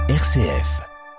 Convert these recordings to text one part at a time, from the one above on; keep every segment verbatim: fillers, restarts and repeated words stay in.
R C F.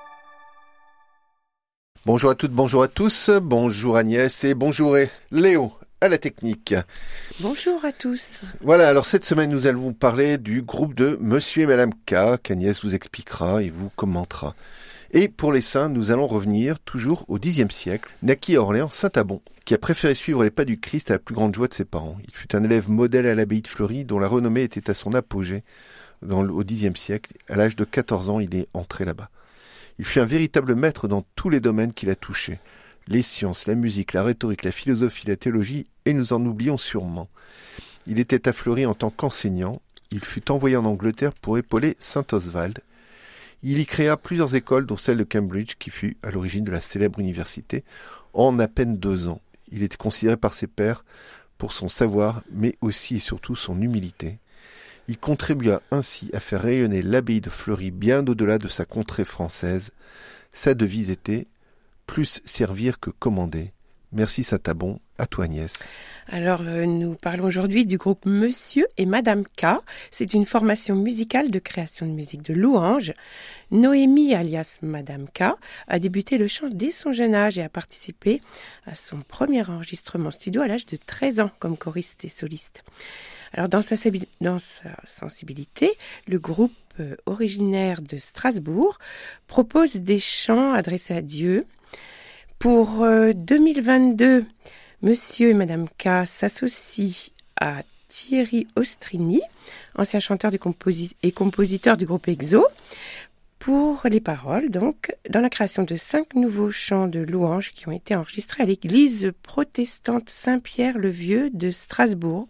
Bonjour à toutes, bonjour à tous, bonjour Agnès et bonjour Léo à la technique. Bonjour à tous. Voilà, alors cette semaine nous allons vous parler du groupe de Monsieur et Madame K, qu'Agnès vous expliquera et vous commentera. Et pour les saints, nous allons revenir toujours au dixième siècle, naquit à Orléans Saint-Abon, qui a préféré suivre les pas du Christ à la plus grande joie de ses parents. Il fut un élève modèle à l'abbaye de Fleury, dont la renommée était à son apogée dans le, au dixième siècle. À l'âge de quatorze ans, il est entré là-bas. Il fut un véritable maître dans tous les domaines qu'il a touchés. Les sciences, la musique, la rhétorique, la philosophie, la théologie, et nous en oublions sûrement. Il était à Fleury en tant qu'enseignant. Il fut envoyé en Angleterre pour épauler saint Oswald. Il y créa plusieurs écoles, dont celle de Cambridge, qui fut à l'origine de la célèbre université, en à peine deux ans. Il était considéré par ses pairs pour son savoir, mais aussi et surtout son humilité. Il contribua ainsi à faire rayonner l'abbaye de Fleury bien au-delà de sa contrée française. Sa devise était « Plus servir que commander ». Merci Saint-Abon, à toi Agnès. Alors euh, nous parlons aujourd'hui du groupe Monsieur et Madame K. C'est une formation musicale de création de musique de louange. Noémie, alias Madame K, a débuté le chant dès son jeune âge et a participé à son premier enregistrement studio à l'âge de treize ans comme choriste et soliste. Alors dans sa, dans sa sensibilité, le groupe euh, originaire de Strasbourg propose des chants adressés à Dieu. Pour euh, deux mille vingt-deux, Monsieur et Madame K s'associent à Thierry Ostrini, ancien chanteur du composi- et compositeur du groupe Exo, pour les paroles, donc, dans la création de cinq nouveaux chants de louanges qui ont été enregistrés à l'église protestante Saint-Pierre-le-Vieux de Strasbourg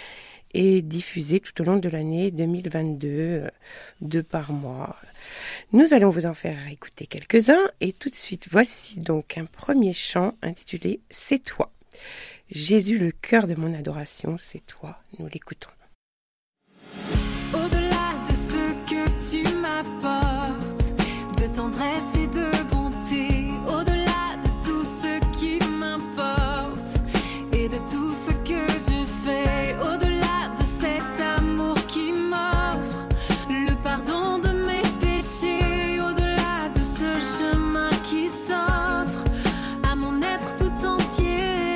et diffusés tout au long de l'année deux mille vingt-deux, euh, deux par mois. Nous allons vous en faire écouter quelques-uns et tout de suite, voici donc un premier chant intitulé « C'est toi ». Jésus, le cœur de mon adoration, c'est toi. Nous l'écoutons. Au-delà de ce que tu m'apportes, de tendresse et de bonté, au-delà de tout ce qui m'importe et de tout ce que je fais, au-delà de cet amour qui m'offre le pardon de mes péchés, au-delà de ce chemin qui s'offre à mon être tout entier.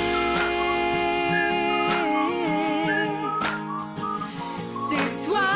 C'est toi.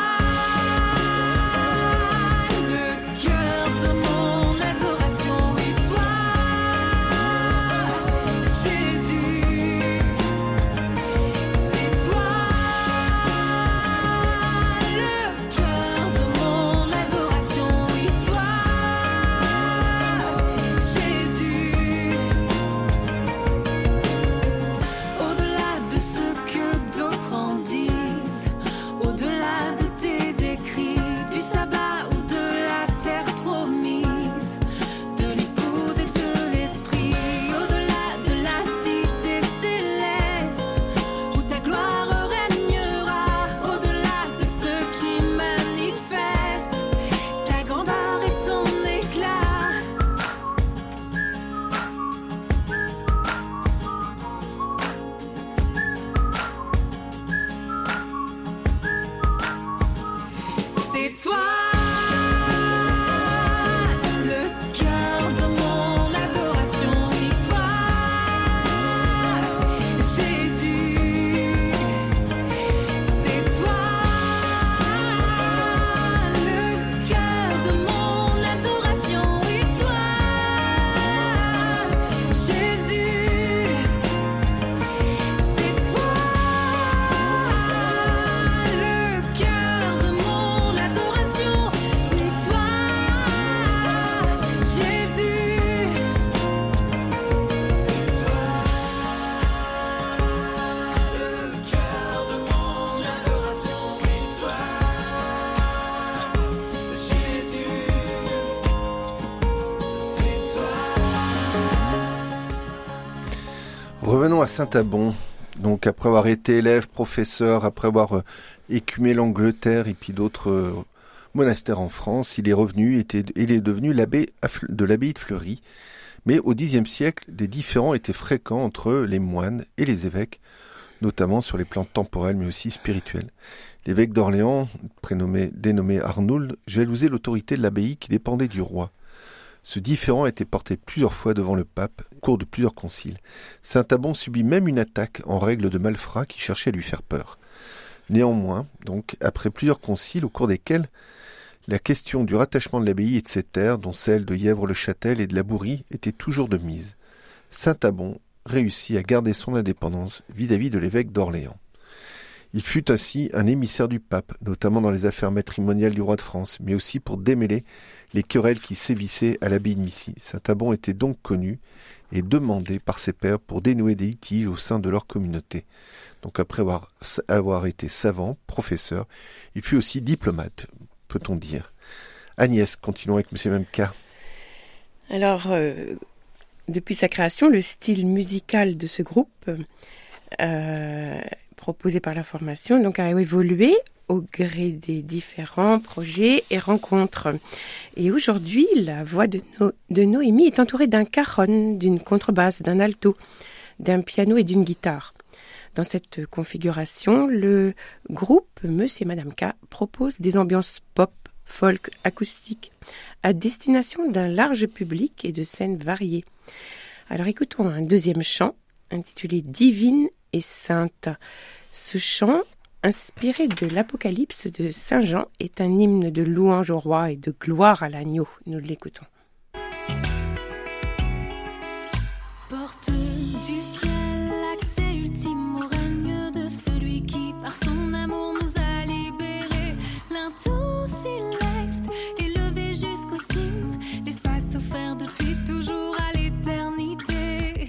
Revenons à Saint-Abon. Donc après avoir été élève, professeur, après avoir euh, écumé l'Angleterre et puis d'autres euh, monastères en France, il est revenu, était, il est devenu l'abbé de l'abbaye de Fleury. Mais au Xe siècle, des différends étaient fréquents entre les moines et les évêques, notamment sur les plans temporels mais aussi spirituels. L'évêque d'Orléans, prénommé, dénommé Arnould, jalousait l'autorité de l'abbaye qui dépendait du roi. Ce différend a été porté plusieurs fois devant le pape au cours de plusieurs conciles. Saint-Abon subit même une attaque en règle de malfrats qui cherchaient à lui faire peur. Néanmoins, donc, après plusieurs conciles au cours desquels la question du rattachement de l'abbaye et de ses terres, dont celle de Yèvre-le-Châtel et de la Bourie, était toujours de mise. Saint-Abon réussit à garder son indépendance vis-à-vis de l'évêque d'Orléans. Il fut ainsi un émissaire du pape, notamment dans les affaires matrimoniales du roi de France, mais aussi pour démêler les querelles qui sévissaient à l'abbaye de Missy. Saint-Abon était donc connu et demandé par ses pairs pour dénouer des litiges au sein de leur communauté. Donc après avoir, avoir été savant, professeur, il fut aussi diplomate, peut-on dire. Agnès, continuons avec M. Memka. Alors, euh, depuis sa création, le style musical de ce groupe, euh, proposé par la formation, donc a évolué au gré des différents projets et rencontres. Et aujourd'hui, la voix de, no- de Noémie est entourée d'un cajon, d'une contrebasse, d'un alto, d'un piano et d'une guitare. Dans cette configuration, le groupe Monsieur et Madame K propose des ambiances pop, folk, acoustique, à destination d'un large public et de scènes variées. Alors écoutons un deuxième chant intitulé Divine et Sainte. Ce chant, inspiré de l'Apocalypse de Saint Jean, est un hymne de louange au roi et de gloire à l'agneau. Nous l'écoutons. Porte du ciel, l'accès ultime au règne de celui qui, par son amour, nous a libérés. Linteau céleste, élevé jusqu'au cime, l'espace offert depuis toujours à l'éternité.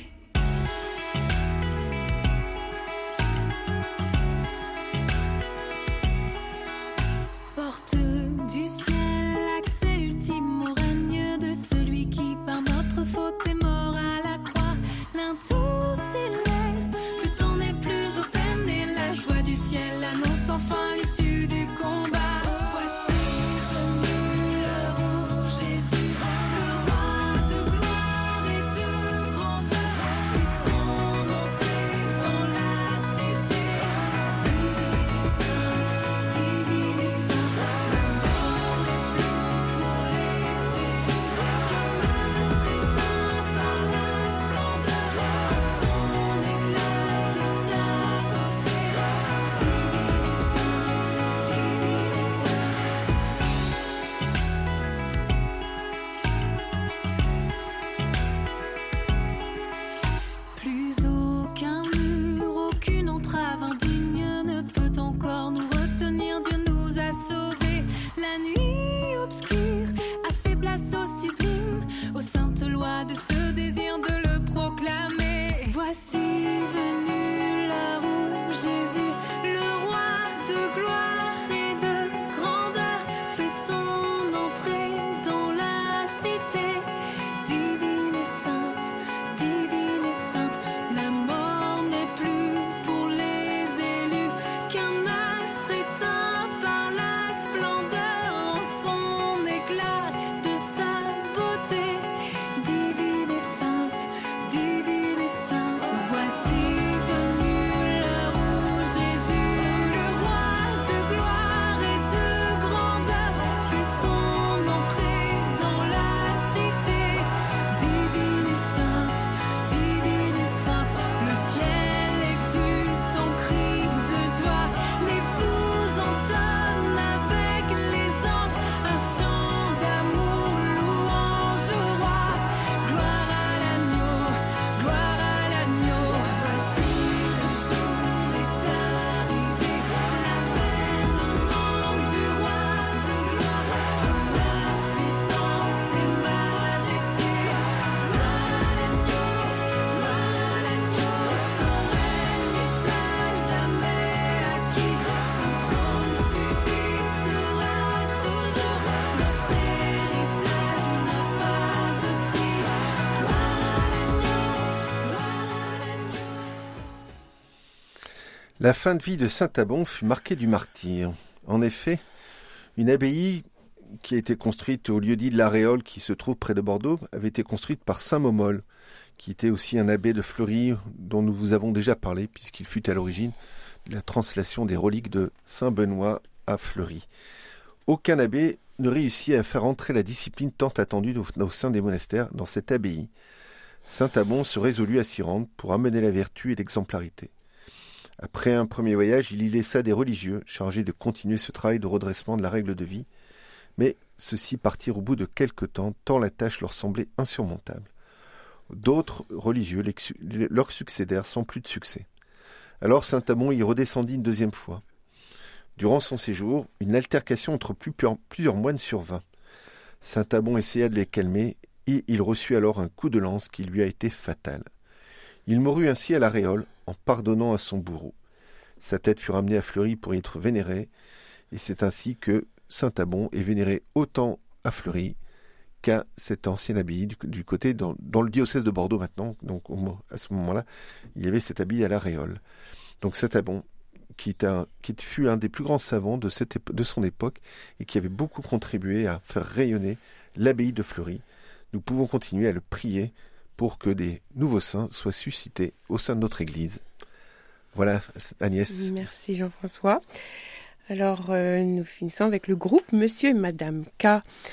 Porte du ciel, l'accès ultime au règne de celui qui, par notre faute, est mort à la croix. Linteau céleste, le temps n'est plus aux peines et la joie du ciel annonce enfin l'issue du combat. Voici venu l'heure où Jésus, le roi de gloire et de grandeur, fait son entrée dans la cité. Divine et sainte, divine et sainte, la mort n'est plus pour les élus qu'un astre éteint par la splendeur, en son éclat de sa beauté. Divine et sainte, divine et sainte. Plus aucun mur, aucune entrave indigne ne peut encore nous retenir. Dieu nous a sauvés. La nuit obscure a fait place au sublime, aux saintes lois de ce désir de le proclamer. Voici venu l'heure où Jésus, le roi de gloire et de grandeur, fait son entrée dans la cité. Divine et sainte, divine et sainte, la mort n'est plus pour les élus qu'un astre éteint par la splendeur, en son éclat de sa beauté. Divine et sainte, divine et sainte, voici venu l'heure où Jésus, le roi de gloire et de grandeur, fait son entrée dans la cité. Divine et sainte, divine et sainte, le ciel exulte en cri de joie, l'épouse entonne avec les anges un chant d'amour, louange au roi. Gloire à l'agneau, gloire à l'agneau. Voici le jour est arrivé, l'avènement du roi de gloire, honneur, puissance et majesté. Gloire à l'agneau, gloire à l'agneau. Son règne est à jamais acquis, son trône subsistera toujours. Notre héritage n'a pas de prix. Gloire à l'agneau, gloire à l'agneau. La fin de vie de Saint-Abon fut marquée du martyre. En effet, une abbaye qui a été construite au lieu-dit de l'Aréole, qui se trouve près de Bordeaux, avait été construite par Saint Momol, qui était aussi un abbé de Fleury, dont nous vous avons déjà parlé, puisqu'il fut à l'origine de la translation des reliques de Saint Benoît à Fleury. Aucun abbé ne réussit à faire entrer la discipline tant attendue au, au sein des monastères dans cette abbaye. Saint Abon se résolut à s'y rendre pour amener la vertu et l'exemplarité. Après un premier voyage, il y laissa des religieux chargés de continuer ce travail de redressement de la règle de vie, mais ceux-ci partirent au bout de quelque temps, tant la tâche leur semblait insurmontable. D'autres religieux leur succédèrent sans plus de succès. Alors saint Abon y redescendit une deuxième fois. Durant son séjour, une altercation entre plusieurs moines survint. Saint Abon essaya de les calmer et il reçut alors un coup de lance qui lui a été fatal. Il mourut ainsi à la Réole en pardonnant à son bourreau. Sa tête fut ramenée à Fleury pour y être vénérée et c'est ainsi que saint Abon est vénéré autant à Fleury qu'à cette ancienne abbaye du, du côté, dans, dans le diocèse de Bordeaux maintenant. Donc au, à ce moment-là, il y avait cette abbaye à la Réole. Donc saint Abon, qui, est un, qui fut un des plus grands savants de, cette, de son époque et qui avait beaucoup contribué à faire rayonner l'abbaye de Fleury. Nous pouvons continuer à le prier pour que des nouveaux saints soient suscités au sein de notre Église. Voilà, Agnès. Merci Jean-François. Alors, euh, nous finissons avec le groupe Monsieur et Madame K.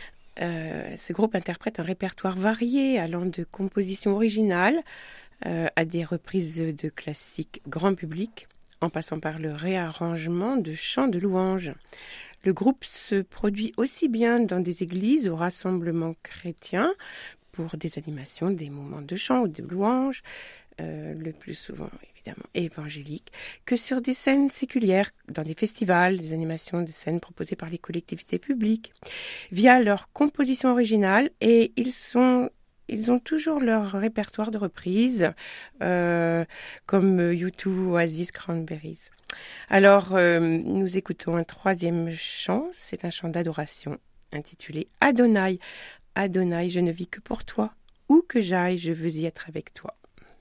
Euh, ce groupe interprète un répertoire varié allant de compositions originales euh, à des reprises de classiques grand public, en passant par le réarrangement de chants de louanges. Le groupe se produit aussi bien dans des églises ou rassemblements chrétiens pour des animations, des moments de chant ou de louanges, euh, le plus souvent évidemment évangéliques, que sur des scènes séculières, dans des festivals, des animations de scènes proposées par les collectivités publiques, via leur composition originale, et ils sont Ils ont toujours leur répertoire de reprises, euh, comme U deux, Oasis, Cranberries. Alors, euh, nous écoutons un troisième chant, c'est un chant d'adoration intitulé Adonai. Adonai, je ne vis que pour toi. Où que j'aille, je veux y être avec toi.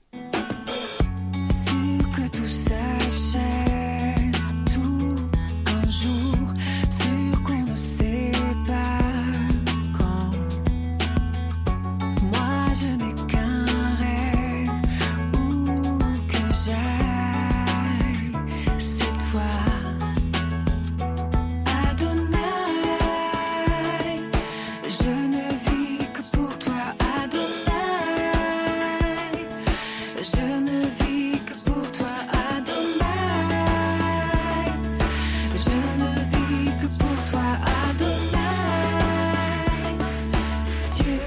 Sûr que tout s'achève, tout un jour, sûr qu'on ne sait pas quand. Moi je n'ai qu'un rêve, où que j'aille, c'est toi. Adonai, je ne vis que pour toi. Adonai, je ne vis que pour toi. Adonai, je ne vis que pour toi. Adonai, Dieu.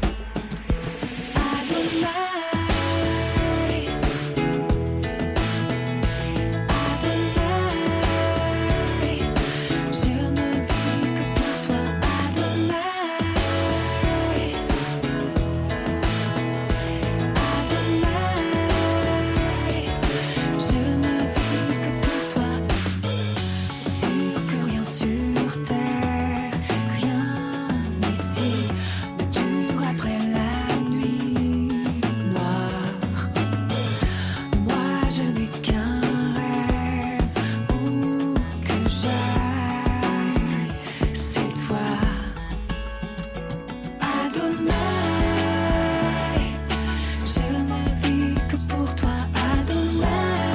Adonai, Adonai, je ne vis que pour toi. Adonai, je ne vis que pour toi. Sûr que rien sur terre, rien ici ne dure après la nuit noire. Moi je n'ai qu'un rêve, où que j'aille, c'est toi. Adonai, je ne vis que pour toi. Adonai,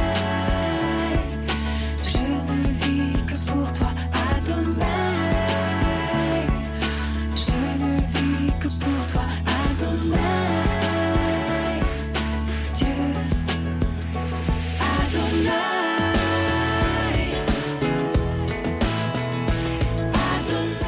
je ne vis que pour toi. Adonai, je ne vis que pour toi. Adonai, Dieu. Adonai, Adonai.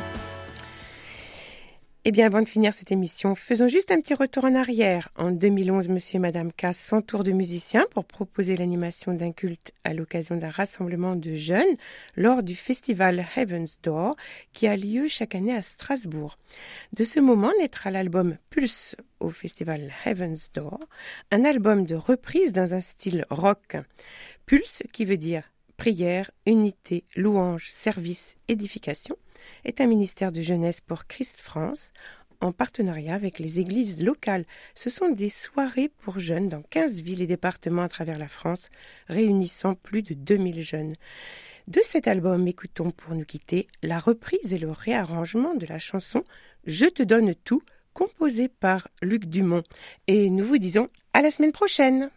Eh bien, avant de finir cette émission, faisons juste un petit retour en arrière. En deux mille onze, Monsieur et Madame K s'entourent de musiciens pour proposer l'animation d'un culte à l'occasion d'un rassemblement de jeunes lors du festival Heaven's Door qui a lieu chaque année à Strasbourg. De ce moment naîtra l'album Pulse au festival Heaven's Door, un album de reprise dans un style rock. Pulse, qui veut dire prière, unité, louange, service, édification, est un ministère de jeunesse pour Christ France en partenariat avec les églises locales. Ce sont des soirées pour jeunes dans quinze villes et départements à travers la France, réunissant plus de deux mille jeunes. De cet album, écoutons pour nous quitter la reprise et le réarrangement de la chanson « Je te donne tout » composée par Luc Dumont. Et nous vous disons à la semaine prochaine.